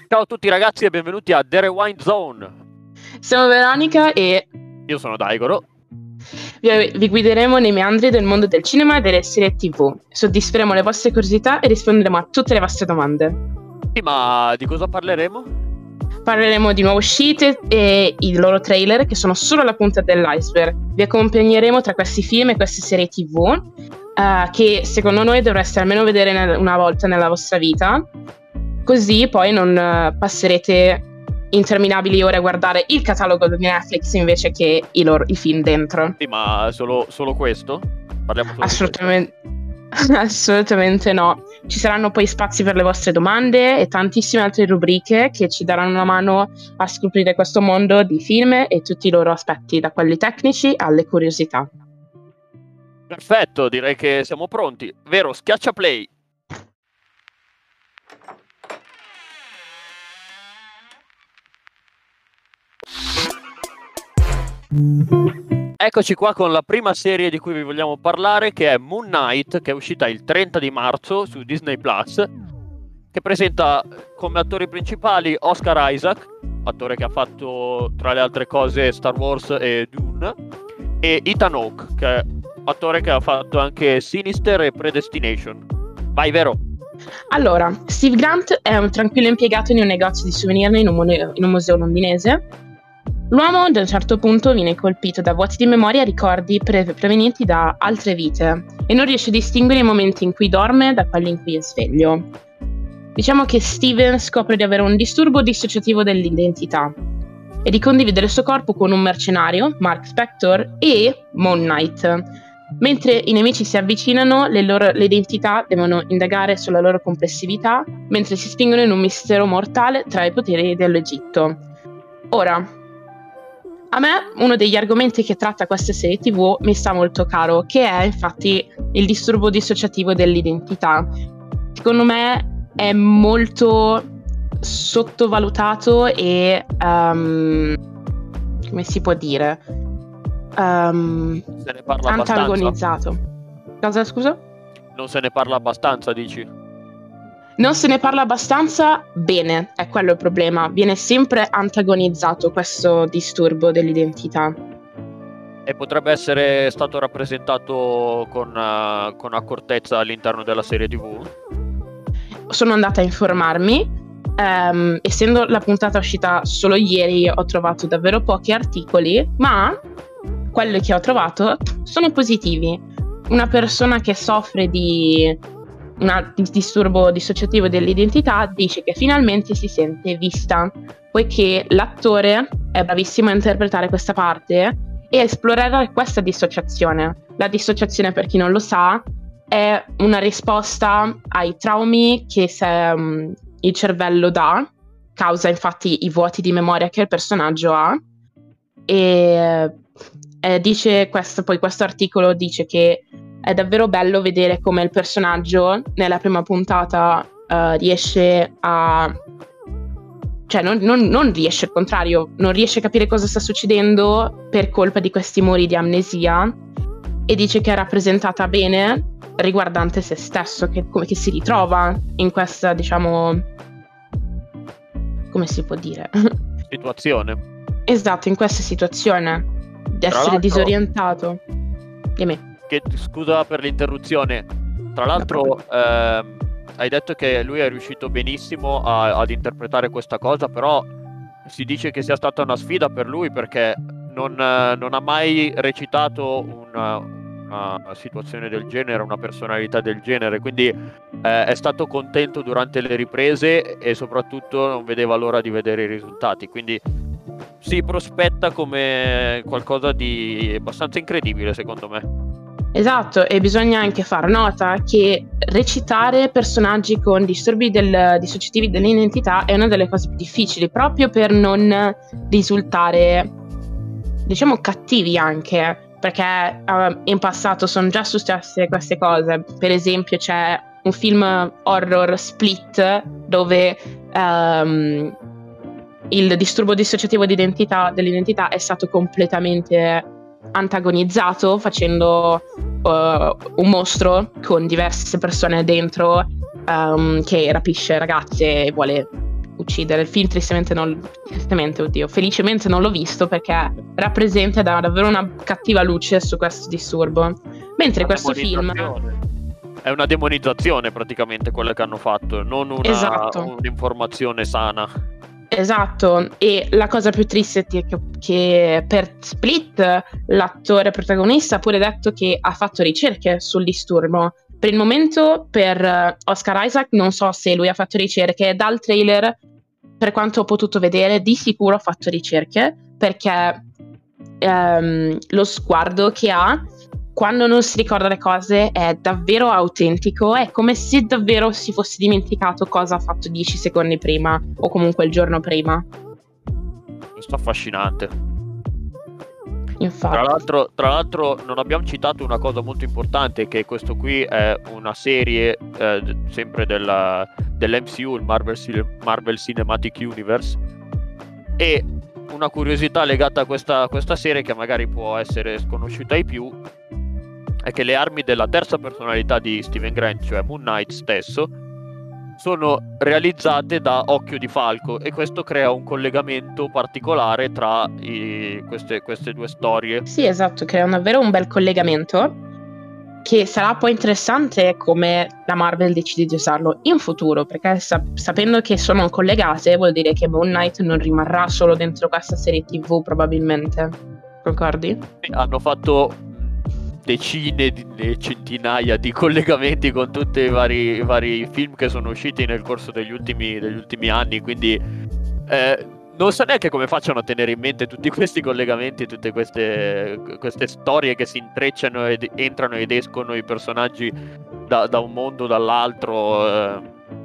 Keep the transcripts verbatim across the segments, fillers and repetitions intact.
Ciao a tutti ragazzi e benvenuti a The Rewind Zone. Siamo Veronica e Io sono Daigoro. vi, vi guideremo nei meandri del mondo del cinema e delle serie tivù. Soddisferemo le vostre curiosità e risponderemo a tutte le vostre domande. Sì, ma di cosa parleremo? Parleremo di nuove uscite e i loro trailer, che sono solo la punta dell'iceberg. Vi accompagneremo tra questi film e queste serie tivù uh, che secondo noi dovreste almeno vedere nel, una volta nella vostra vita. Così poi non uh, passerete interminabili ore a guardare il catalogo di Netflix invece che i, loro, i film dentro. Sì, ma solo, solo questo? Parliamo solo Assolutamente, assolutamente no. Ci saranno poi spazi per le vostre domande e tantissime altre rubriche che ci daranno una mano a scoprire questo mondo di film e tutti i loro aspetti, da quelli tecnici alle curiosità. Perfetto, direi che siamo pronti. Vero, schiaccia play. Eccoci qua con la prima serie di cui vi vogliamo parlare, che è Moon Knight, che è uscita il trenta di marzo su Disney Plus, che presenta come attori principali Oscar Isaac, attore che ha fatto tra le altre cose Star Wars e Dune, e Ethan Hawke, che è attore che ha fatto anche Sinister e Predestination. Vai, Vero. Allora, Steve Grant è un tranquillo impiegato in un negozio di souvenir in un, mone- in un museo londinese. L'uomo, da un certo punto, viene colpito da vuoti di memoria e ricordi pre- provenienti da altre vite e non riesce a distinguere i momenti in cui dorme da quelli in cui è sveglio. Diciamo che Steven scopre di avere un disturbo dissociativo dell'identità e di condividere il suo corpo con un mercenario, Mark Spector, e Moon Knight. Mentre i nemici si avvicinano, le loro le identità devono indagare sulla loro complessività, mentre si spingono in un mistero mortale tra i poteri dell'Egitto. Ora, a me uno degli argomenti che tratta questa serie tivù mi sta molto caro, che è infatti il disturbo dissociativo dell'identità. Secondo me è molto sottovalutato e um, come si può dire um, Se ne parla antagonizzato. abbastanza. Cosa, scusa? Non se ne parla abbastanza, dici? Non se ne parla abbastanza bene, è quello il problema. Viene sempre antagonizzato questo disturbo dell'identità. E potrebbe essere stato rappresentato con, uh, con accortezza all'interno della serie tivù? Sono andata a informarmi. Um, essendo la puntata uscita solo ieri, ho trovato davvero pochi articoli, ma quelli che ho trovato sono positivi. Una persona che soffre di un disturbo dissociativo dell'identità dice che finalmente si sente vista, poiché l'attore è bravissimo a interpretare questa parte e a esplorare questa dissociazione. La dissociazione, per chi non lo sa, è una risposta ai traumi che se, um, il cervello dà, causa infatti i vuoti di memoria che il personaggio ha, e eh, dice questo, poi questo articolo dice che è davvero bello vedere come il personaggio nella prima puntata uh, riesce a... cioè non, non, non riesce, al contrario, non riesce a capire cosa sta succedendo per colpa di questi muri di amnesia, e dice che è rappresentata bene riguardante se stesso, che, come, che si ritrova in questa, diciamo, come si può dire? Situazione. Esatto, in questa situazione di essere disorientato. Dimmi. Che, scusa per l'interruzione, tra l'altro ehm, hai detto che lui è riuscito benissimo a, ad interpretare questa cosa, però si dice che sia stata una sfida per lui perché non, eh, non ha mai recitato una, una situazione del genere, una personalità del genere, quindi eh, è stato contento durante le riprese e soprattutto non vedeva l'ora di vedere i risultati, quindi si prospetta come qualcosa di abbastanza incredibile secondo me. Esatto, e bisogna anche far nota che recitare personaggi con disturbi del, dissociativi dell'identità è una delle cose più difficili, proprio per non risultare, diciamo, cattivi anche, perché uh, in passato sono già successe queste cose. Per esempio c'è un film horror, Split, dove um, il disturbo dissociativo d'identità, dell'identità è stato completamente antagonizzato, facendo uh, un mostro con diverse persone dentro um, che rapisce ragazze e vuole uccidere. Il film tristemente non, tristemente, oddio, felicemente non l'ho visto perché rappresenta da davvero una cattiva luce su questo disturbo. Mentre Una questo film demonizzazione. È una demonizzazione praticamente quella che hanno fatto, non una, Esatto. un'informazione sana. Esatto, e la cosa più triste è che, che per Split l'attore protagonista ha pure detto che ha fatto ricerche sul disturbo. Per il momento per Oscar Isaac non so se lui ha fatto ricerche, dal trailer per quanto ho potuto vedere di sicuro ha fatto ricerche perché ehm, lo sguardo che ha quando non si ricorda le cose è davvero autentico, è come se davvero si fosse dimenticato cosa ha fatto dieci secondi prima o comunque il giorno prima. Questo è affascinante. Infatti. Tra l'altro, tra l'altro non abbiamo citato una cosa molto importante, che questo qui è una serie eh, sempre della, dell'M C U, il Marvel, Marvel Cinematic Universe, e una curiosità legata a questa, a questa serie che magari può essere sconosciuta ai più è che le armi della terza personalità di Steven Grant, cioè Moon Knight stesso, sono realizzate da Occhio di Falco, e questo crea un collegamento particolare tra i, queste, queste due storie. Sì, esatto, crea davvero un bel collegamento che sarà poi interessante come la Marvel decide di usarlo in futuro, perché sap- sapendo che sono collegate vuol dire che Moon Knight non rimarrà solo dentro questa serie tivù probabilmente. Concordi? Hanno fatto decine di centinaia di collegamenti con tutti i vari, i vari film che sono usciti nel corso degli ultimi, degli ultimi anni, quindi eh, non so neanche come facciano a tenere in mente tutti questi collegamenti, tutte queste, queste storie che si intrecciano ed entrano ed escono i personaggi da, da un mondo dall'altro. Eh.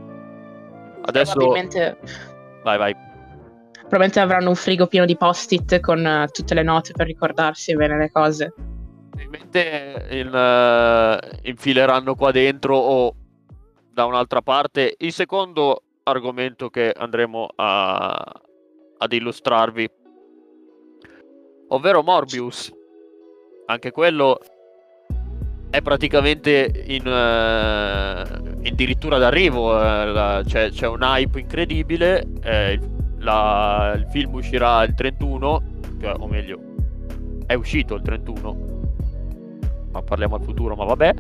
Adesso Probabilmente, vai vai probabilmente avranno un frigo pieno di post-it con uh, tutte le note per ricordarsi bene le cose. Probabilmente il, uh, infileranno qua dentro o da un'altra parte il secondo argomento che andremo a, ad illustrarvi, ovvero Morbius. Anche quello è praticamente in uh, addirittura d'arrivo, uh, la, c'è, c'è un hype incredibile. Eh, il, la, il film uscirà il trentuno, cioè, o meglio è uscito il trentuno, ma parliamo al futuro, ma vabbè.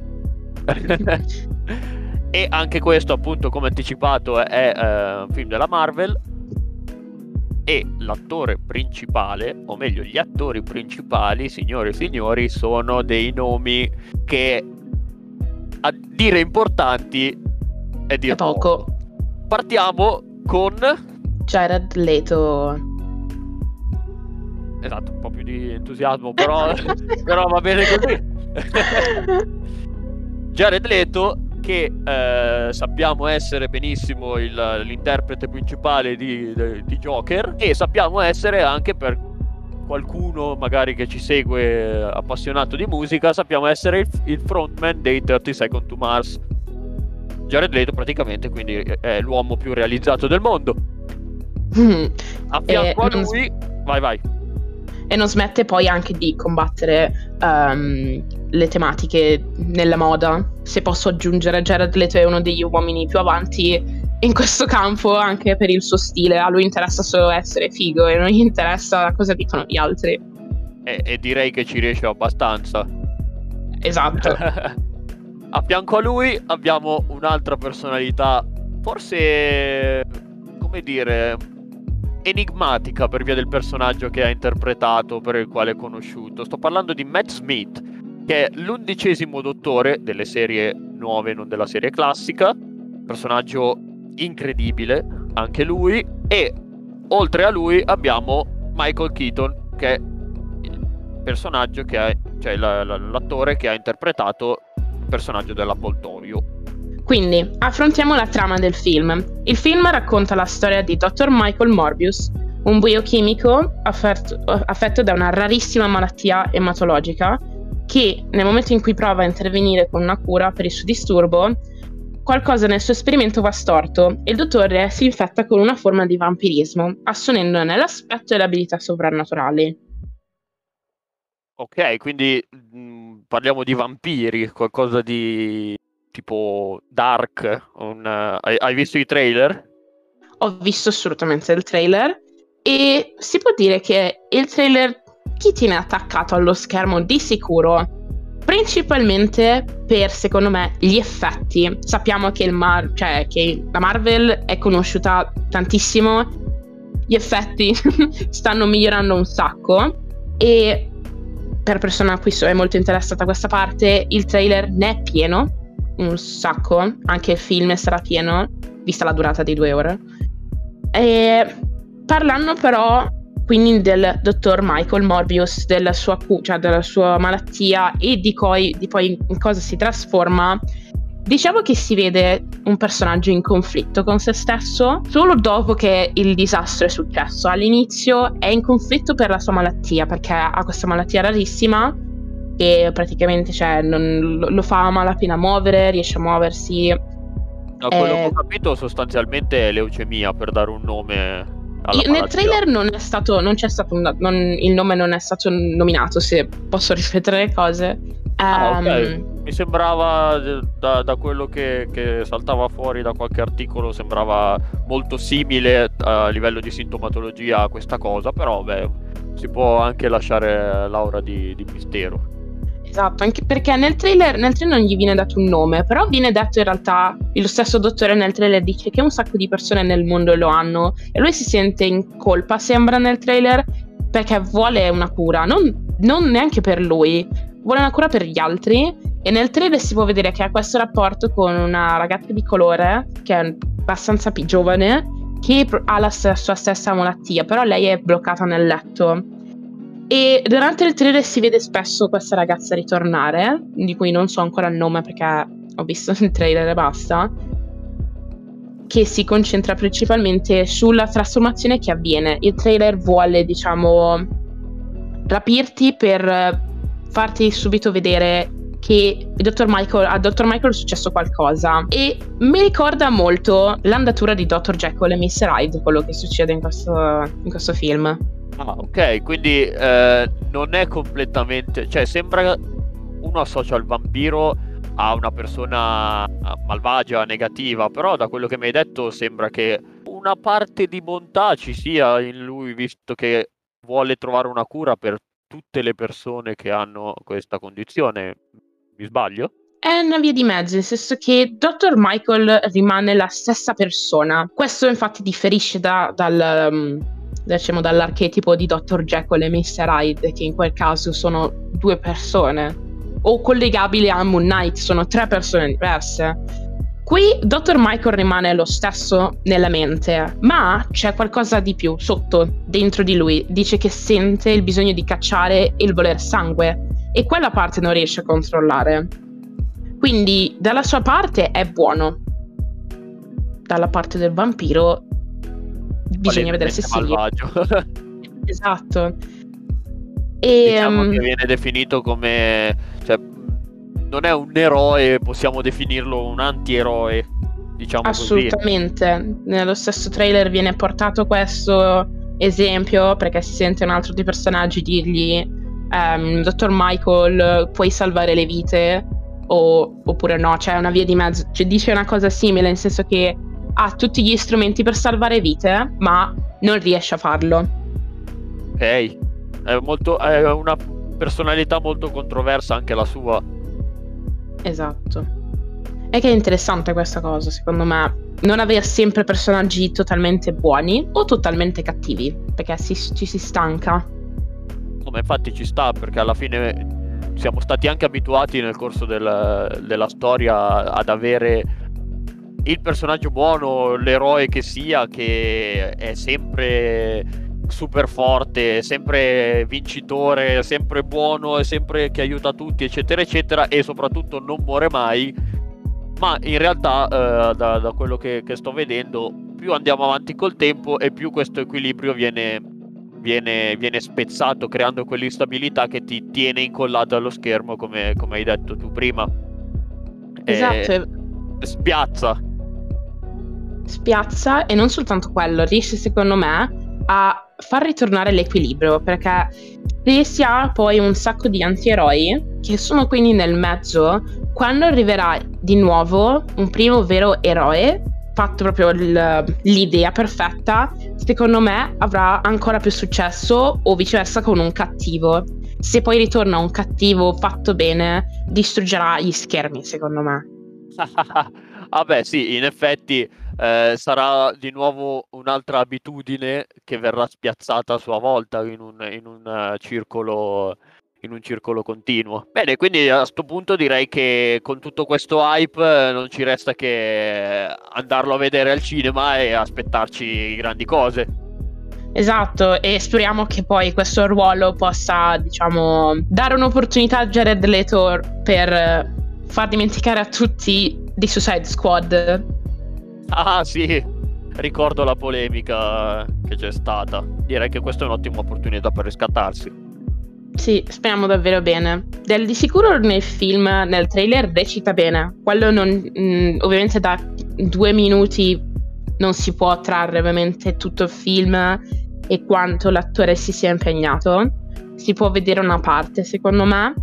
E anche questo, appunto, come anticipato, è, è uh, un film della Marvel, e l'attore principale, o meglio gli attori principali, signori e signori, sono dei nomi che a dire importanti è dire È poco. Partiamo con Jared Leto. Esatto, un po' più di entusiasmo, però, però va bene così. Jared Leto, che eh, sappiamo essere benissimo il, l'interprete principale di, di, di Joker, e sappiamo essere anche, per qualcuno magari che ci segue appassionato di musica, sappiamo essere il, il frontman dei thirty Seconds to Mars. Jared Leto praticamente quindi è l'uomo più realizzato del mondo. A fianco e a lui non... vai vai e non smette poi anche di combattere um, le tematiche nella moda. Se posso aggiungere, Jared Leto è uno degli uomini più avanti in questo campo, anche per il suo stile. A lui interessa solo essere figo e non gli interessa cosa dicono gli altri. E, e direi che ci riesce abbastanza. Esatto. A fianco a lui abbiamo un'altra personalità, forse, come dire, enigmatica per via del personaggio che ha interpretato, per il quale è conosciuto. Sto parlando di Matt Smith, che è l'undicesimo dottore delle serie nuove, non della serie classica. Personaggio incredibile anche lui. E oltre a lui abbiamo Michael Keaton, che è il personaggio che ha, cioè la, la, l'attore che ha interpretato il personaggio dell'Avvoltoio. Quindi, affrontiamo la trama del film. Il film racconta la storia di dottor Michael Morbius, un biochimico affetto, affetto da una rarissima malattia ematologica che, nel momento in cui prova a intervenire con una cura per il suo disturbo, qualcosa nel suo esperimento va storto e il dottore si infetta con una forma di vampirismo, assumendone l'aspetto e le abilità sovrannaturali. Ok, quindi mh, parliamo di vampiri, qualcosa di tipo Dark. Un, uh, hai, hai visto i trailer? ho visto assolutamente il trailer e si può dire che il trailer ti tiene attaccato allo schermo di sicuro, principalmente per, secondo me, gli effetti. Sappiamo che, il Mar- cioè, che la Marvel è conosciuta tantissimo, gli effetti stanno migliorando un sacco e per persona a cui è molto interessata a questa parte, il trailer ne è pieno un sacco, anche il film sarà pieno, vista la durata di due ore. E parlando però quindi del dottor Michael Morbius, della sua, cioè della sua malattia e di poi, di poi in cosa si trasforma, diciamo che si vede un personaggio in conflitto con se stesso solo dopo che il disastro è successo. All'inizio è in conflitto per la sua malattia, perché ha questa malattia rarissima che praticamente cioè, non, lo fa a malapena muovere, riesce a muoversi. Da quello che ho capito sostanzialmente è leucemia, per dare un nome alla Nel trailer non è stato, non c'è stato un, non, il nome non è stato nominato, se posso ripetere le cose. Ah, um, ok. Mi sembrava da, da quello che, che saltava fuori da qualche articolo, sembrava molto simile a livello di sintomatologia a questa cosa, però beh, si può anche lasciare l'aura di, di mistero. Esatto, anche perché nel trailer, nel trailer non gli viene dato un nome, però viene detto in realtà, lo stesso dottore nel trailer dice che un sacco di persone nel mondo lo hanno e lui si sente in colpa, sembra nel trailer, perché vuole una cura, non, non neanche per lui, vuole una cura per gli altri e nel trailer si può vedere che ha questo rapporto con una ragazza di colore che è abbastanza più giovane, che ha la sua stessa malattia, però lei è bloccata nel letto. E durante il trailer si vede spesso questa ragazza ritornare, di cui non so ancora il nome perché ho visto il trailer e basta, che si concentra principalmente sulla trasformazione che avviene. Il trailer vuole, diciamo, rapirti per farti subito vedere che il dottor Michael, a dottor Michael è successo qualcosa. E mi ricorda molto l'andatura di dottor Jekyll e mister Hyde, quello che succede in questo, in questo film. Ah, ok, quindi eh, non è completamente, cioè sembra uno associa il vampiro a una persona malvagia, negativa, però da quello che mi hai detto sembra che una parte di bontà ci sia in lui, visto che vuole trovare una cura per tutte le persone che hanno questa condizione. Mi sbaglio? È una via di mezzo, nel senso che dottor Michael rimane la stessa persona. Questo infatti differisce da, dal... Um... diciamo dall'archetipo di dottor Jekyll e mister Hyde, che in quel caso sono due persone o collegabili a Moon Knight, sono tre persone diverse. Qui dottor Michael rimane lo stesso nella mente, ma c'è qualcosa di più sotto, dentro di lui. Dice che sente il bisogno di cacciare e il voler sangue e quella parte non riesce a controllare. Quindi dalla sua parte è buono, dalla parte del vampiro bisogna vedere se sia malvagio. Esatto. E, diciamo um, che viene definito come, cioè, non è un eroe, possiamo definirlo un antieroe, diciamo assolutamente. Così. Nello stesso trailer viene portato questo esempio perché si sente un altro dei personaggi dirgli um, dottor Michael, puoi salvare le vite o, oppure no, c'è una via di mezzo, cioè, dice una cosa simile, nel senso che ha tutti gli strumenti per salvare vite, ma non riesce a farlo. Ok, è, molto, è una personalità molto controversa anche la sua. Esatto. È che è interessante questa cosa, secondo me, non avere sempre personaggi totalmente buoni o totalmente cattivi, perché si, ci si stanca. Come infatti ci sta, perché alla fine siamo stati anche abituati nel corso del, della storia ad avere il personaggio buono, l'eroe che sia, che è sempre super forte, è sempre vincitore, è sempre buono, è sempre che aiuta tutti, eccetera eccetera, e soprattutto non muore mai. Ma in realtà eh, da, da quello che, che sto vedendo, più andiamo avanti col tempo e più questo equilibrio viene, viene, viene spezzato, creando quell'instabilità che ti tiene incollato allo schermo, come, come hai detto tu prima. Esatto. E spiazza spiazza e non soltanto quello, riesce secondo me a far ritornare l'equilibrio, perché riesce a poi un sacco di antieroi che sono quindi nel mezzo. Quando arriverà di nuovo un primo vero eroe fatto proprio il- l'idea perfetta, secondo me avrà ancora più successo o viceversa con un cattivo. Se poi ritorna un cattivo fatto bene, distruggerà gli schermi, secondo me. Vabbè, sì, in effetti eh, sarà di nuovo un'altra abitudine che verrà spiazzata a sua volta in un, in un eh, circolo, in un circolo continuo. Bene, quindi a sto punto direi che con tutto questo hype eh, non ci resta che andarlo a vedere al cinema e aspettarci grandi cose. Esatto, e speriamo che poi questo ruolo possa, diciamo, dare un'opportunità a Jared Leto per eh, far dimenticare a tutti di Suicide Squad. Ah sì, ricordo la polemica che c'è stata. Direi che questa è un'ottima opportunità per riscattarsi. Sì, speriamo davvero bene. Del di sicuro nel film, nel trailer recita bene. Quello non, mh, ovviamente da due minuti non si può trarre ovviamente tutto il film e quanto l'attore si sia impegnato. Si può vedere una parte, secondo me,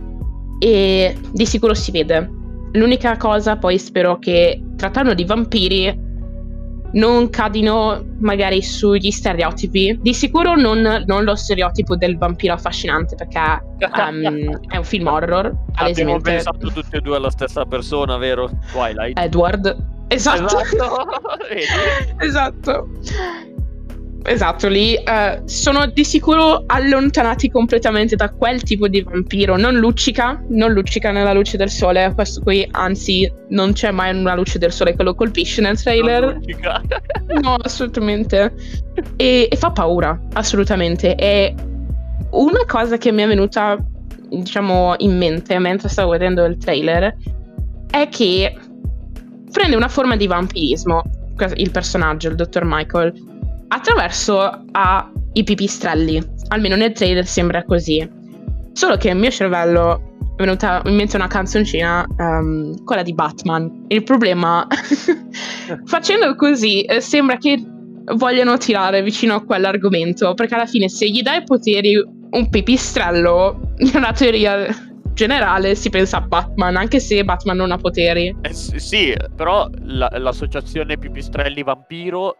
e di sicuro si vede. L'unica cosa, poi spero che trattando di vampiri non cadino magari sugli stereotipi. Di sicuro non, non lo stereotipo del vampiro affascinante, perché um, è un film horror. Abbiamo palesemente. pensato tutti e due alla stessa persona, vero? Twilight. Edward. Esatto. Esatto. Vedi? Esatto. Esatto, lì eh, sono di sicuro allontanati completamente da quel tipo di vampiro. Non luccica, non luccica nella luce del sole. Questo qui, anzi, non c'è mai una luce del sole che lo colpisce nel trailer. Non luccica. No, assolutamente. E, e fa paura, assolutamente. E una cosa che mi è venuta, diciamo, in mente mentre stavo vedendo il trailer è che prende una forma di vampirismo, il personaggio, il dottor Michael, attraverso a, i pipistrelli. Almeno nel trailer sembra così. Solo che nel mio cervello è venuta in mente una canzoncina, um, quella di Batman. Il problema, facendo così, eh, sembra che vogliano tirare vicino a quell'argomento, perché alla fine se gli dai poteri un pipistrello, nella teoria generale si pensa a Batman, anche se Batman non ha poteri. Eh, sì, sì, però la- l'associazione pipistrelli vampiro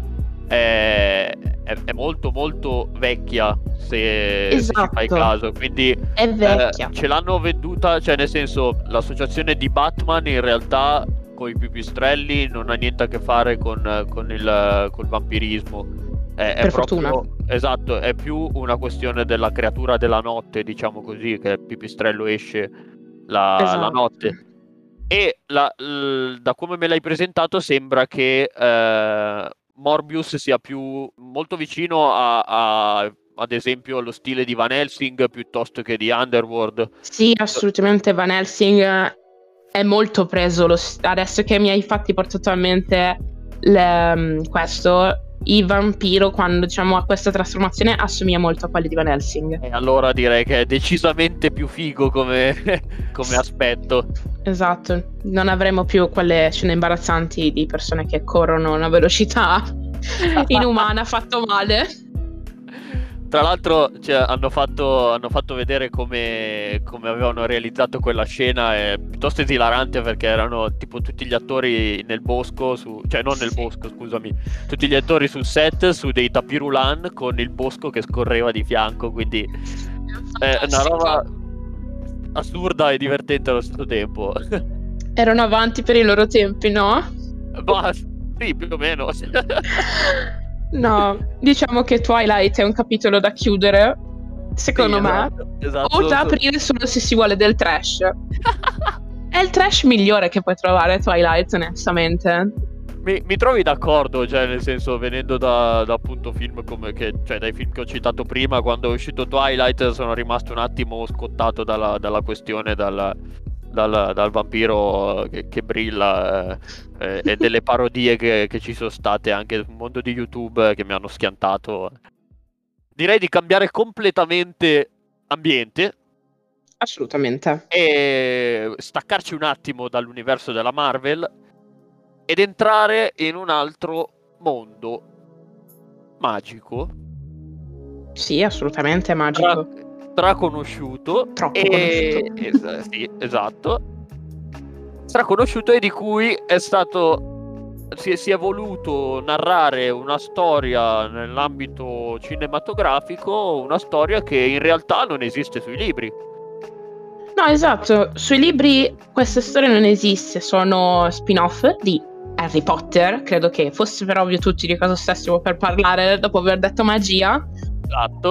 è, è, è molto molto vecchia, se, se ci fai Esatto. caso, quindi È vecchia. eh, ce l'hanno venduta, cioè nel senso l'associazione di Batman in realtà con i pipistrelli non ha niente a che fare con, con il col vampirismo. È, è Per proprio, fortuna. esatto, è più una questione della creatura della notte, diciamo così, che il pipistrello esce la, Esatto. la notte. E la- l- da come me l'hai presentato sembra che eh, Morbius sia più molto vicino a, a- ad esempio allo stile di Van Helsing piuttosto che di Underworld. Sì, assolutamente. Van Helsing eh, è molto preso. Lo s- adesso che mi hai infatti portato a mente le- mm, questo, il vampiro, quando diciamo ha questa trasformazione, assomiglia molto a quelli di Van Helsing. E allora direi che è decisamente più figo come, come aspetto. Esatto, non avremo più quelle scene imbarazzanti di persone che corrono a una velocità inumana, fatto male. Tra l'altro cioè, hanno, fatto, hanno fatto vedere come, come avevano realizzato quella scena, è piuttosto esilarante perché erano tipo tutti gli attori nel bosco, su, cioè non nel Sì. bosco scusami, tutti gli attori sul set su dei tapirulan con il bosco che scorreva di fianco, quindi è una roba assurda e divertente allo stesso tempo. Erano avanti per i loro tempi, no? Ma sì, più o meno. No, diciamo che Twilight è un capitolo da chiudere, secondo Sì, me, esatto, esatto. o da aprire solo se si vuole del trash. È il trash migliore che puoi trovare Twilight, onestamente. Mi, mi trovi d'accordo, cioè nel senso venendo da, da appunto film come che, cioè dai film che ho citato prima, quando è uscito Twilight sono rimasto un attimo scottato dalla, dalla questione dal, dal, dal vampiro che, che brilla eh, e delle parodie che, che ci sono state anche sul mondo di YouTube che mi hanno schiantato. Direi di cambiare completamente ambiente Assolutamente. e staccarci un attimo dall'universo della Marvel ed entrare in un altro mondo magico, Sì, assolutamente magico. tra- straconosciuto Troppo e... conosciuto. es- sì, esatto, straconosciuto e di cui è stato si, si è voluto narrare una storia nell'ambito cinematografico, una storia che in realtà non esiste sui libri. No, esatto, sui libri questa storia non esiste, sono spin-off di Harry Potter, credo che fosse per ovvio tutti di cosa stessimo per parlare dopo aver detto magia. Esatto.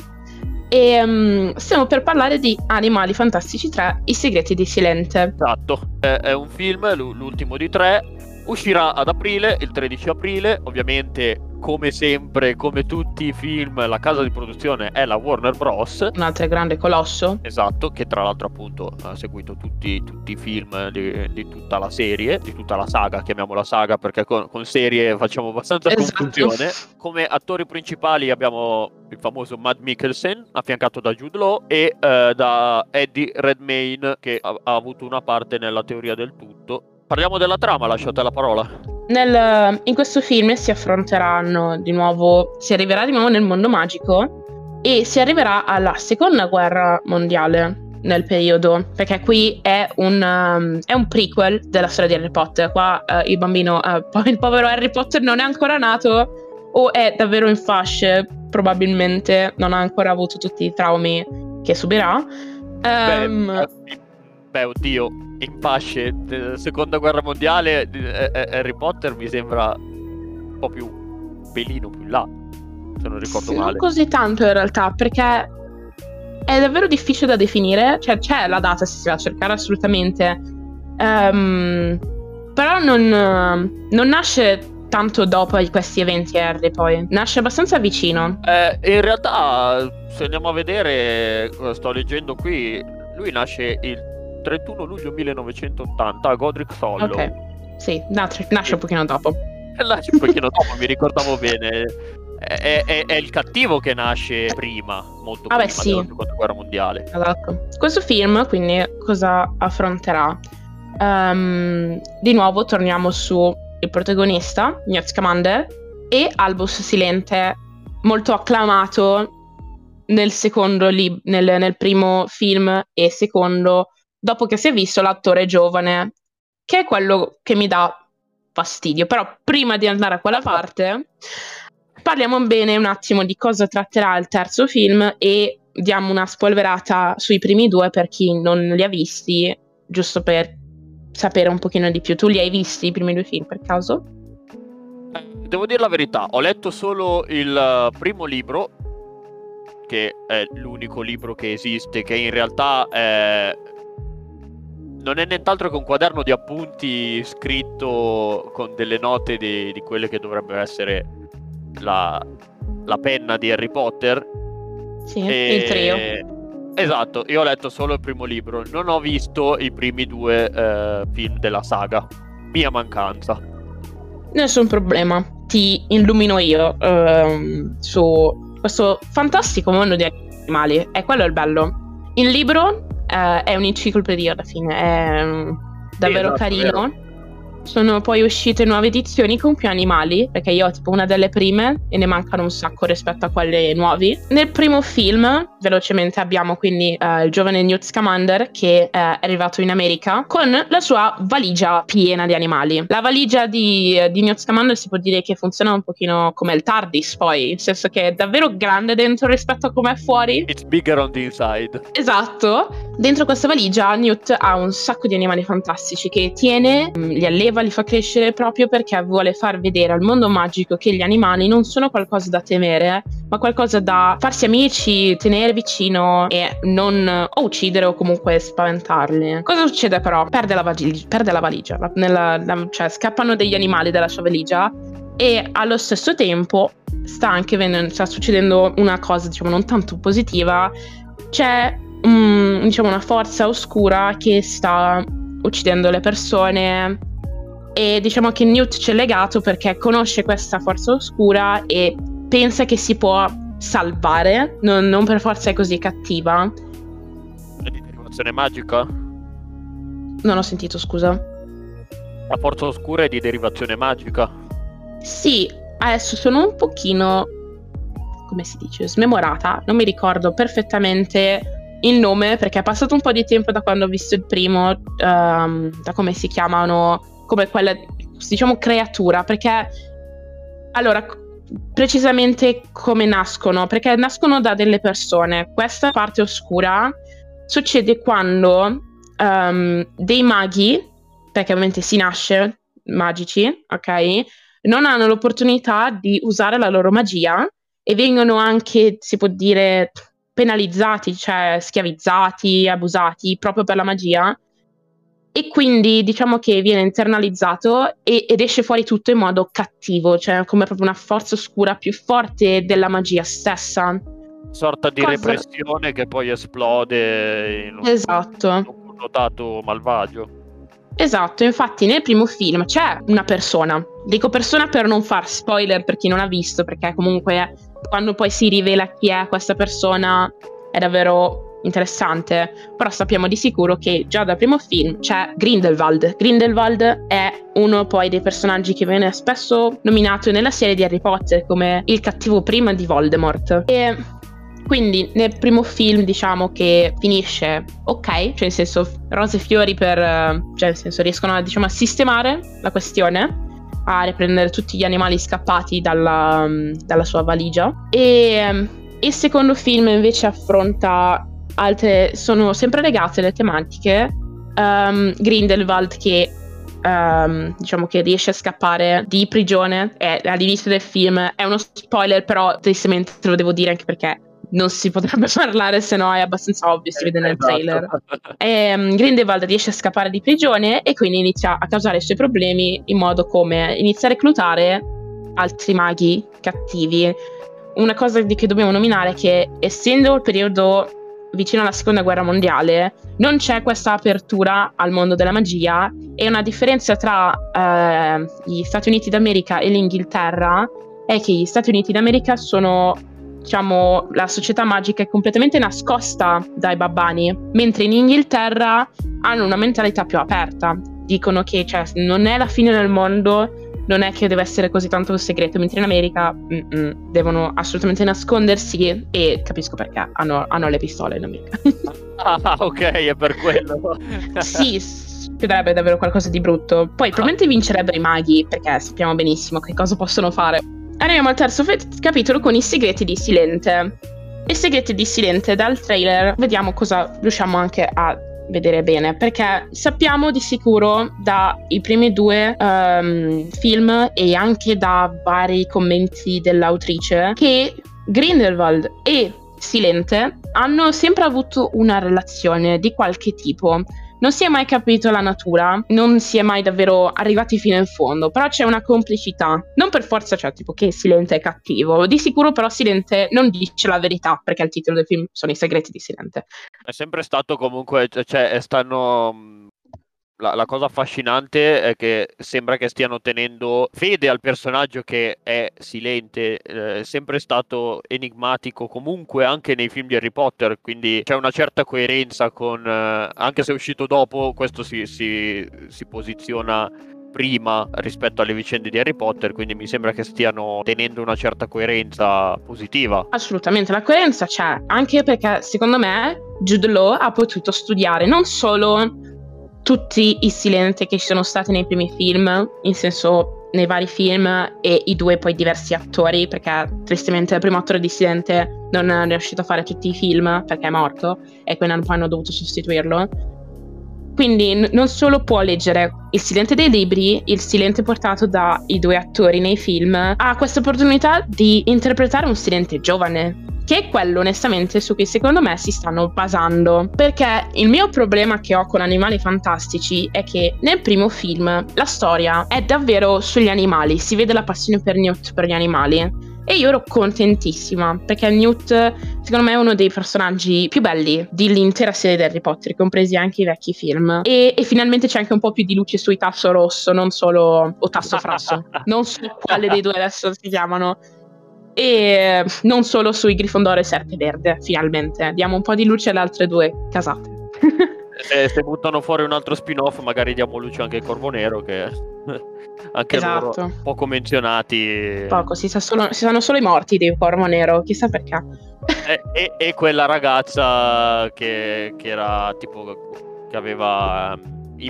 E um, stiamo per parlare di Animali Fantastici tre, I segreti di Silente. Esatto, è, è un film, l'ultimo di tre, uscirà ad aprile, il tredici aprile, ovviamente come sempre, come tutti i film, la casa di produzione è la Warner Bros. Un altro grande colosso. Esatto, che tra l'altro appunto ha seguito tutti, tutti i film di, di tutta la serie, di tutta la saga, chiamiamola saga perché con, con serie facciamo abbastanza Esatto. confusione. Come attori principali abbiamo il famoso Matt Mikkelsen, affiancato da Jude Law, e eh, da Eddie Redmayne, che ha, ha avuto una parte nella teoria del tutto. Parliamo della trama, lasciate la parola. Nel, in questo film si affronteranno di nuovo, si arriverà di nuovo nel mondo magico e si arriverà alla seconda guerra mondiale nel periodo, perché qui è un, um, è un prequel della storia di Harry Potter. Qua uh, il bambino, uh, il povero Harry Potter non è ancora nato o è davvero in fasce, probabilmente non ha ancora avuto tutti i traumi che subirà. Um, Beh, beh, oddio, in fasce, seconda guerra mondiale, eh, Harry Potter mi sembra un po' più pelino più là, se non ricordo sì, male. Non così tanto in realtà, perché è davvero difficile da definire, cioè c'è la data se si va a cercare assolutamente, um, però non, non nasce tanto dopo questi eventi Harry, poi nasce abbastanza vicino. Eh, in realtà, se andiamo a vedere, sto leggendo qui, lui nasce il trentuno luglio millenovecentottanta a Godric Hollow. Ok, sì, nasce, nasce un pochino dopo. Nasce un pochino dopo, mi ricordavo bene. È, è, è il cattivo che nasce prima, molto Vabbè, prima sì. della seconda guerra mondiale. Esatto. Questo film, quindi, cosa affronterà? Um, di nuovo torniamo su il protagonista, Newt Scamander, e Albus Silente, molto acclamato nel secondo lib- nel, nel primo film e secondo, dopo che si è visto l'attore giovane, che è quello che mi dà fastidio. Però prima di andare a quella parte parliamo bene un attimo di cosa tratterà il terzo film e diamo una spolverata sui primi due per chi non li ha visti, giusto per sapere un pochino di più. Tu li hai visti i primi due film per caso? Devo dire la verità, ho letto solo il primo libro, che è l'unico libro che esiste, che in realtà è... non è nient'altro che un quaderno di appunti scritto con delle note di, di quelle che dovrebbe essere la, la penna di Harry Potter. Sì, e... il trio. Esatto, io ho letto solo il primo libro, non ho visto i primi due eh, film della saga. Mia mancanza. Nessun problema, ti illumino io ehm, su questo fantastico mondo di animali. È quello il bello. Il libro eh, è un'enciclopedia alla fine, è um, davvero esatto, carino. vero. Sono poi uscite nuove edizioni con più animali, perché io ho tipo una delle prime e ne mancano un sacco rispetto a quelle nuovi. Nel primo film, velocemente, abbiamo quindi uh, il giovane Newt Scamander che uh, è arrivato in America con la sua valigia piena di animali. La valigia di, di Newt Scamander si può dire che funziona un pochino come il TARDIS, poi, nel senso che è davvero grande dentro rispetto a com'è fuori. It's bigger on the inside. Esatto. Dentro questa valigia Newt ha un sacco di animali fantastici che tiene, li alleva, li fa crescere proprio perché vuole far vedere al mondo magico che gli animali non sono qualcosa da temere, ma qualcosa da farsi amici, tenere vicino e non o uccidere o comunque spaventarli. Cosa succede però? Perde la valigia, perde la valigia la, nella, la, cioè scappano degli animali dalla sua valigia e allo stesso tempo sta anche venendo, sta succedendo una cosa diciamo non tanto positiva. C'è um, diciamo una forza oscura che sta uccidendo le persone e diciamo che Newt c'è legato perché conosce questa forza oscura e pensa che si può salvare, non, non per forza è così cattiva. È di derivazione magica? Non ho sentito, scusa. La forza oscura è di derivazione magica? Sì, adesso sono un pochino, come si dice, smemorata, non mi ricordo perfettamente il nome perché è passato un po' di tempo da quando ho visto il primo, um, da come si chiamano, come quella, diciamo creatura, perché allora precisamente come nascono, perché nascono da delle persone. Questa parte oscura succede quando um, dei maghi, perché ovviamente si nasce magici, ok, non hanno l'opportunità di usare la loro magia e vengono anche, si può dire, penalizzati, cioè schiavizzati, abusati proprio per la magia, e quindi diciamo che viene internalizzato e, ed esce fuori tutto in modo cattivo, cioè come proprio una forza oscura più forte della magia stessa. Sorta di Cosa... repressione che poi esplode in un, esatto. in un connotato malvagio. Esatto, infatti nel primo film c'è una persona, dico persona per non far spoiler per chi non ha visto, perché comunque quando poi si rivela chi è questa persona è davvero interessante, però sappiamo di sicuro che già dal primo film c'è Grindelwald. Grindelwald è uno poi dei personaggi che viene spesso nominato nella serie di Harry Potter come il cattivo prima di Voldemort. E quindi nel primo film diciamo che finisce ok, cioè nel senso rose e fiori per, cioè nel senso riescono a, diciamo, a sistemare la questione, a riprendere tutti gli animali scappati dalla, dalla sua valigia. E il secondo film invece affronta altre, sono sempre legate alle tematiche. um, Grindelwald che um, diciamo che riesce a scappare di prigione, è all'inizio del film, è uno spoiler però tristemente te lo devo dire anche perché non si potrebbe parlare, se no è abbastanza ovvio, si vede nel esatto. trailer. E, um, Grindelwald riesce a scappare di prigione e quindi inizia a causare i suoi problemi in modo come inizia a reclutare altri maghi cattivi. Una cosa di che dobbiamo nominare è che essendo il periodo vicino alla seconda guerra mondiale non c'è questa apertura al mondo della magia, e una differenza tra eh, gli Stati Uniti d'America e l'Inghilterra è che gli Stati Uniti d'America sono, diciamo, la società magica è completamente nascosta dai babbani, mentre in Inghilterra hanno una mentalità più aperta, dicono che cioè, non è la fine del mondo, non è che deve essere così tanto un segreto, mentre in America mm-mm, devono assolutamente nascondersi, e capisco perché hanno, hanno le pistole in America. Ah, ok, è per quello. Sì, succederebbe davvero qualcosa di brutto. Poi probabilmente vincerebbero i maghi, perché sappiamo benissimo che cosa possono fare. Arriviamo al terzo fe- capitolo con i segreti di Silente. I segreti di Silente, dal trailer vediamo cosa riusciamo anche a vedere bene, perché sappiamo di sicuro dai primi due um, film e anche da vari commenti dell'autrice che Grindelwald e Silente hanno sempre avuto una relazione di qualche tipo. Non si è mai capito la natura, non si è mai davvero arrivati fino in fondo, però c'è una complicità. Non per forza, cioè, tipo che Silente è cattivo, di sicuro però Silente non dice la verità, perché il titolo del film sono i segreti di Silente. È sempre stato comunque, cioè, stanno... La, la cosa affascinante è che sembra che stiano tenendo fede al personaggio che è Silente, eh, è sempre stato enigmatico comunque anche nei film di Harry Potter, quindi c'è una certa coerenza con, eh, anche se è uscito dopo, questo si, si, si posiziona prima rispetto alle vicende di Harry Potter, quindi mi sembra che stiano tenendo una certa coerenza positiva. Assolutamente, la coerenza c'è, anche perché secondo me Jude Law ha potuto studiare non solo tutti i Silente che ci sono stati nei primi film, in senso nei vari film, e i due poi diversi attori, perché tristemente il primo attore di Silente non è riuscito a fare tutti i film perché è morto e quindi poi hanno dovuto sostituirlo. Quindi n- non solo può leggere il Silente dei libri, il Silente portato dai due attori nei film, ha questa opportunità di interpretare un Silente giovane, che è quello onestamente su cui secondo me si stanno basando. Perché il mio problema che ho con Animali Fantastici è che nel primo film la storia è davvero sugli animali, si vede la passione per Newt, per gli animali, e io ero contentissima perché Newt secondo me è uno dei personaggi più belli dell'intera serie di Harry Potter, compresi anche i vecchi film, e, e finalmente c'è anche un po' più di luce sui Tasso Rosso, non solo o Tasso Frasso, non so quale dei due adesso si chiamano, e non solo sui Grifondoro e Serpe Verde. Finalmente diamo un po' di luce alle altre due casate. Se, se buttano fuori un altro spin-off magari diamo luce anche ai Corvo Nero, che anche esatto. loro poco menzionati. Poco, si, sa solo, si sanno solo i morti di Corvo Nero, chissà perché. e, e, e quella ragazza che, che era tipo che aveva in,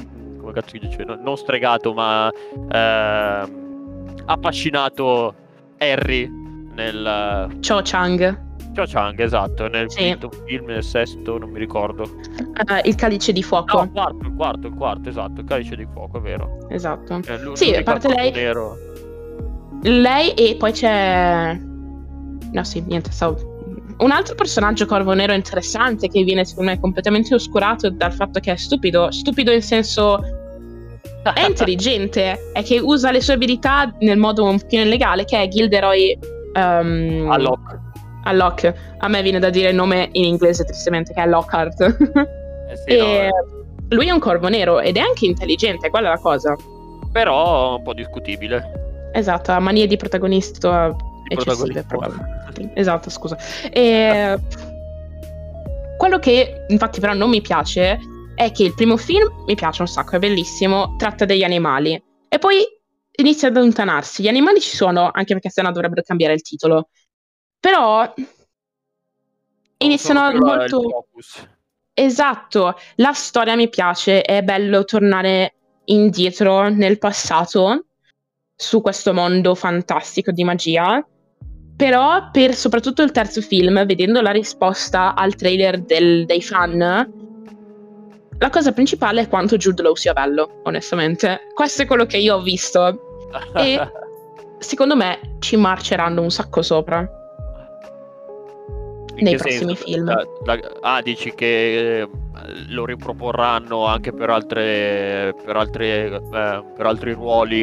come cazzo si dice, no, non stregato, ma eh, affascinato Harry nel Cho Chang. Cho Chang, esatto, nel Sì. quinto film, nel sesto, non mi ricordo. Uh, il calice di fuoco. No, il quarto, il quarto, il quarto, esatto, il calice di fuoco, è vero. Esatto. È l'u- Sì, a l'unico parte corpo lei, nero. lei e poi c'è... No, sì, niente, stavo... Un altro personaggio corvo nero interessante che viene secondo me completamente oscurato dal fatto che è stupido, stupido in senso è intelligente, è che usa le sue abilità nel modo un pochino illegale, che è Gilderoy um, Alloc. Alloc. A me viene da dire il nome in inglese tristemente, che è Lockhart. Eh sì, E no, eh. lui è un corvo nero ed è anche intelligente, quella è la cosa. Però un po' discutibile. Esatto, ha manie di protagonista Di eccessive, protagonismo. probabilmente. Esatto, scusa. E quello che infatti però non mi piace è che il primo film mi piace un sacco, è bellissimo, tratta degli animali e poi inizia ad allontanarsi. Gli animali ci sono, anche perché sennò dovrebbero cambiare il titolo. Però iniziano Sono più la- molto... il focus. Esatto, la storia mi piace, è bello tornare indietro nel passato su questo mondo fantastico di magia. Però per soprattutto il terzo film, vedendo la risposta al trailer del- dei fan, la cosa principale è quanto Jude Law sia bello, onestamente. Questo è quello che io ho visto e secondo me ci marceranno un sacco sopra In nei che prossimi senso? film. La- la- ah, dici che eh, lo riproporranno anche per altre per altre eh, per altri ruoli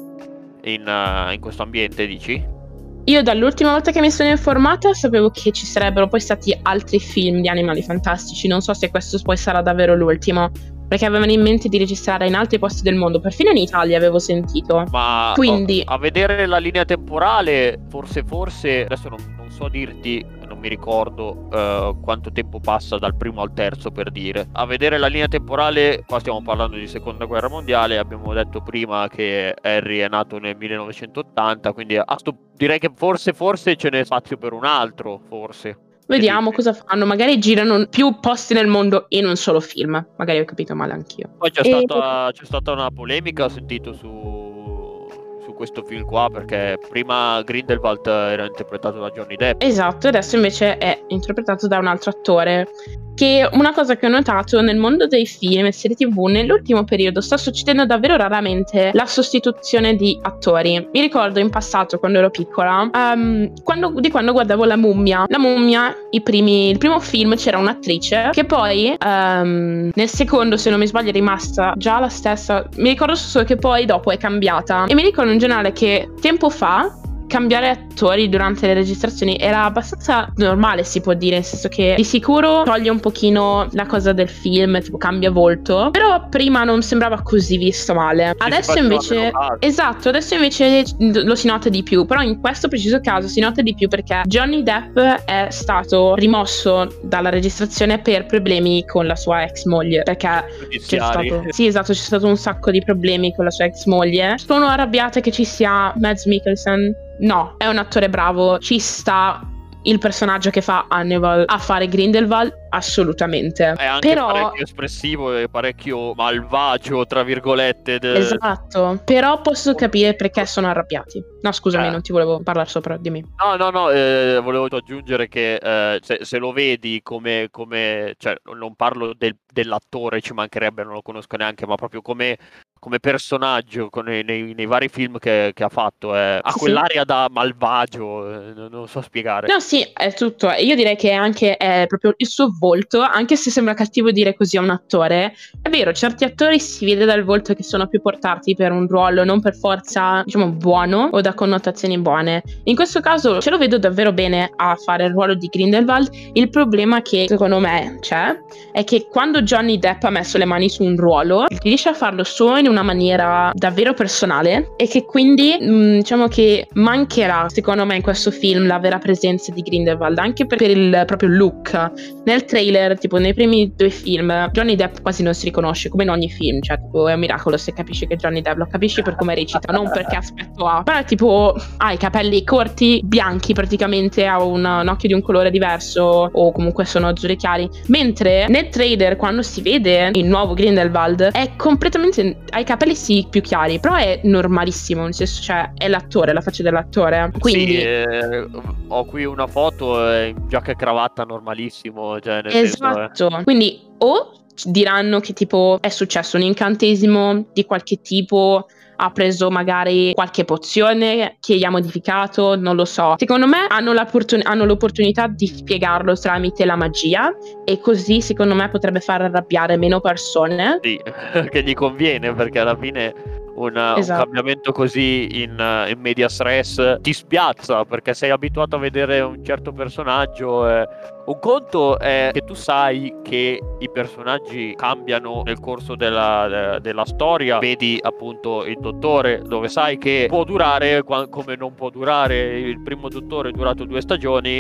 in, eh, in questo ambiente, dici? Io dall'ultima volta che mi sono informata sapevo che ci sarebbero poi stati altri film di animali fantastici. Non so se questo poi sarà davvero l'ultimo, perché avevano in mente di registrare in altri posti del mondo, perfino in Italia avevo sentito. Ma Quindi- oh, a vedere la linea temporale, forse forse adesso non, non so dirti, non mi ricordo eh, quanto tempo passa dal primo al terzo, per dire. A vedere la linea temporale, qua stiamo parlando di seconda guerra mondiale, abbiamo detto prima che Harry è nato nel millenovecentottanta, quindi a sto- direi che forse forse ce n'è spazio per un altro, forse. Vediamo Che dici? cosa fanno. Magari girano più posti nel mondo in un solo film. Magari ho capito male anch'io. Poi c'è, E- stata, c'è stata una polemica, ho sentito su, su questo film qua, perché prima Grindelwald era interpretato da Johnny Depp. Esatto, adesso invece è interpretato da un altro attore. Che una cosa che ho notato nel mondo dei film e serie tv nell'ultimo periodo sta succedendo davvero raramente la sostituzione di attori. Mi ricordo in passato, quando ero piccola, um, quando, di quando guardavo La Mummia. La Mummia, i primi, il primo film c'era un'attrice che poi um, nel secondo, se non mi sbaglio, è rimasta già la stessa. Mi ricordo solo che poi dopo è cambiata. E mi ricordo in generale che tempo fa cambiare attori durante le registrazioni era abbastanza normale, si può dire, nel senso che di sicuro toglie un pochino la cosa del film, tipo cambia volto, però prima non sembrava così visto male. Ci si Adesso faceva invece meno caso. esatto, adesso invece lo si nota di più, però in questo preciso caso si nota di più perché Johnny Depp è stato rimosso dalla registrazione per problemi con la sua ex moglie, perché c'è Giudiziari. stato, sì, esatto, c'è stato un sacco di problemi con la sua ex moglie. Sono arrabbiata che ci sia Mads Mikkelsen. No, è un attore bravo, ci sta il personaggio che fa Hannibal a fare Grindelwald, assolutamente. È anche Però parecchio espressivo e parecchio malvagio, tra virgolette. de- esatto, però posso capire perché sono arrabbiati. No, scusami, Eh. non ti volevo parlare sopra, dimmi. No, no, no, eh, volevo aggiungere che eh, se, se lo vedi come, come cioè, non parlo del- dell'attore, ci mancherebbe, non lo conosco neanche, ma proprio come, come personaggio con- nei, nei- nei vari film che, che ha fatto, eh, ha Sì, sì. quell'aria da malvagio, eh, non, non so spiegare. No, sì, è tutto. Io direi che anche è proprio il suo volto, anche se sembra cattivo dire così a un attore. È vero, certi attori si vede dal volto che sono più portati per un ruolo non per forza, diciamo, buono o da connotazioni buone. In questo caso ce lo vedo davvero bene a fare il ruolo di Grindelwald. Il problema che secondo me c'è è che quando Johnny Depp ha messo le mani su un ruolo, riesce a farlo solo in in una maniera davvero personale e che quindi mh, diciamo che mancherà secondo me in questo film la vera presenza di Grindelwald, anche per, per il proprio look. Nel trailer, tipo nei primi due film, Johnny Depp quasi non si riconosce, come in ogni film, cioè tipo è un miracolo se capisci che Johnny Depp, lo capisci per come recita, non perché aspetto ha. Però tipo ha i capelli corti, bianchi praticamente, ha un, un occhio di un colore diverso o comunque sono azzurri chiari, mentre nel trailer quando si vede il nuovo Grindelwald è completamente, ha i capelli sì più chiari, però è normalissimo, nel senso, cioè è l'attore, la faccia dell'attore, quindi sì, eh, ho qui una foto eh, in giacca e cravatta normalissimo, cioè nel esatto, senso, eh. quindi o diranno che tipo è successo un incantesimo di qualche tipo, ha preso magari qualche pozione che gli ha modificato, non lo so. Secondo me hanno, hanno l'opportunità di spiegarlo tramite la magia e così secondo me potrebbe far arrabbiare meno persone. Sì, che gli conviene, perché alla fine una, esatto. un cambiamento così in, in medias res ti spiazza, perché sei abituato a vedere un certo personaggio. Eh. Un conto è che tu sai che i personaggi cambiano nel corso della, de, della storia. Vedi appunto il dottore, dove sai che può durare come non può durare. Il primo dottore è durato due stagioni,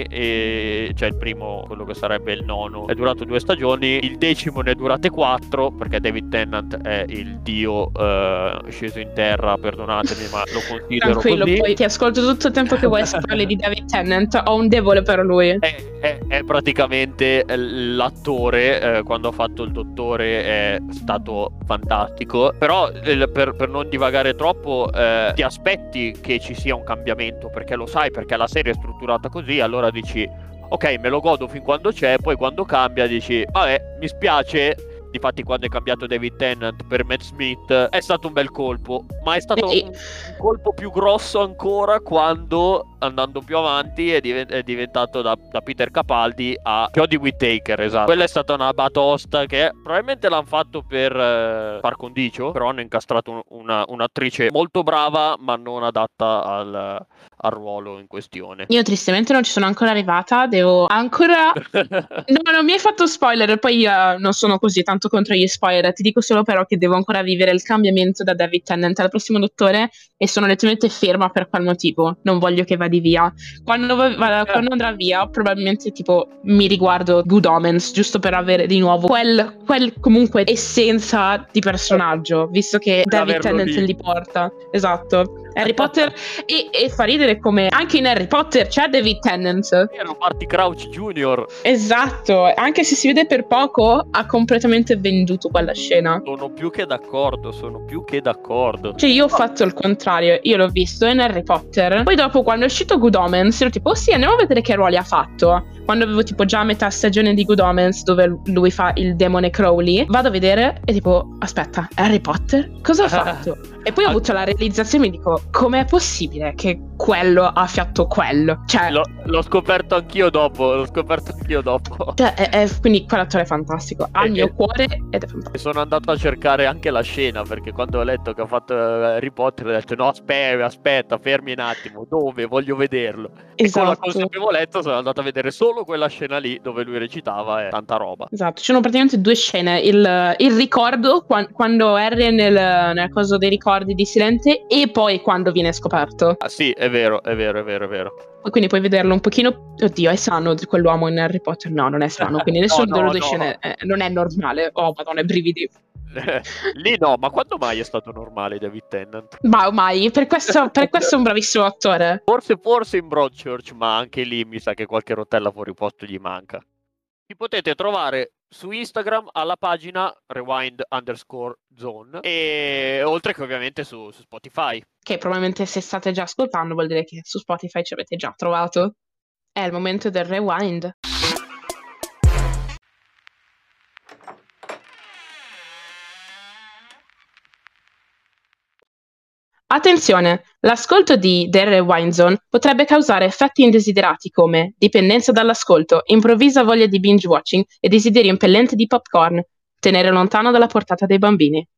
e cioè il primo, quello che sarebbe il nono, è durato due stagioni. Il decimo ne è durate quattro, perché David Tennant è il dio eh, sceso in terra, perdonatemi, ma lo considero tranquillo, così. Poi ti ascolto tutto il tempo che vuoi parlare di David Tennant, ho un debole per lui. È, è, è praticamente l'attore, eh, quando ha fatto il dottore è stato fantastico, però eh, per, per non divagare troppo eh, ti aspetti che ci sia un cambiamento, perché lo sai, perché la serie è strutturata così, allora dici ok, me lo godo fin quando c'è, poi quando cambia dici vabbè, mi spiace. Difatti quando è cambiato David Tennant per Matt Smith è stato un bel colpo, ma è stato un, un colpo più grosso ancora quando, andando più avanti, è, divent- è diventato da, da Peter Capaldi a Jodie Whittaker, esatto. Quella è stata una batosta che probabilmente l'hanno fatto per eh, par condicio, però hanno incastrato un, una, un'attrice molto brava ma non adatta al, al ruolo in questione. Io tristemente non ci sono ancora arrivata, devo ancora... no, non mi hai fatto spoiler, poi io non sono così tanto contro gli spoiler, ti dico solo però che devo ancora vivere il cambiamento da David Tennant al prossimo dottore e sono letteralmente ferma per quel motivo, non voglio che vada via. Quando, va, quando andrà via probabilmente tipo mi riguardo Good Omens, giusto per avere di nuovo quel, quel comunque essenza di personaggio, visto che David Tennant li porta, esatto. Harry Potter e, e fa ridere come anche in Harry Potter c'è David Tennant. Era Barty Crouch Junior Esatto, anche se si vede per poco ha completamente venduto quella scena. Sono più che d'accordo, sono più che d'accordo. Cioè io ho fatto il contrario, io l'ho visto in Harry Potter, poi dopo quando è uscito Good Omens ero tipo oh sì, andiamo a vedere che ruoli ha fatto. Quando avevo tipo già metà stagione di Good Omens dove lui fa il demone Crowley, vado a vedere e tipo aspetta, Harry Potter? Cosa ha fatto? E poi ho avuto la realizzazione e mi dico com'è possibile che quello ha fatto quello? Cioè L'ho, l'ho scoperto anch'io dopo, l'ho scoperto anch'io dopo. Cioè, è, è, quindi quell'attore è fantastico, ha il mio cuore ed è fantastico. Sono andato a cercare anche la scena, perché quando ho letto che ha fatto Harry Potter ho detto no aspetta, aspetta, fermi un attimo, dove? Voglio vederlo. Esatto. E con la consapevolezza sono andato a vedere solo quella scena lì dove lui recitava e tanta roba. Esatto, ci sono praticamente due scene, il, il ricordo qua, quando Harry è nel, nel coso dei ricordi di Silente e poi quando viene scoperto. Ah sì, è vero, è vero, è vero, è vero. Quindi puoi vederlo un pochino. Oddio, è sano quell'uomo in Harry Potter? No, non è sano. Quindi nessuno no, delle no, due no. scene eh, non è normale. Oh, madonna, brividi. Lì no, ma quando mai è stato normale David Tennant? Ma mai, per questo, per questo è un bravissimo attore. Forse, forse in Broadchurch, ma anche lì mi sa che qualche rotella fuori posto gli manca. Vi potete trovare su Instagram alla pagina rewind underscore zone e oltre che ovviamente su, su Spotify. Che probabilmente se state già ascoltando vuol dire che su Spotify ci avete già trovato. È il momento del rewind. Attenzione, l'ascolto di The Rewind Zone potrebbe causare effetti indesiderati come dipendenza dall'ascolto, improvvisa voglia di binge watching e desiderio impellente di popcorn. Tenere lontano dalla portata dei bambini.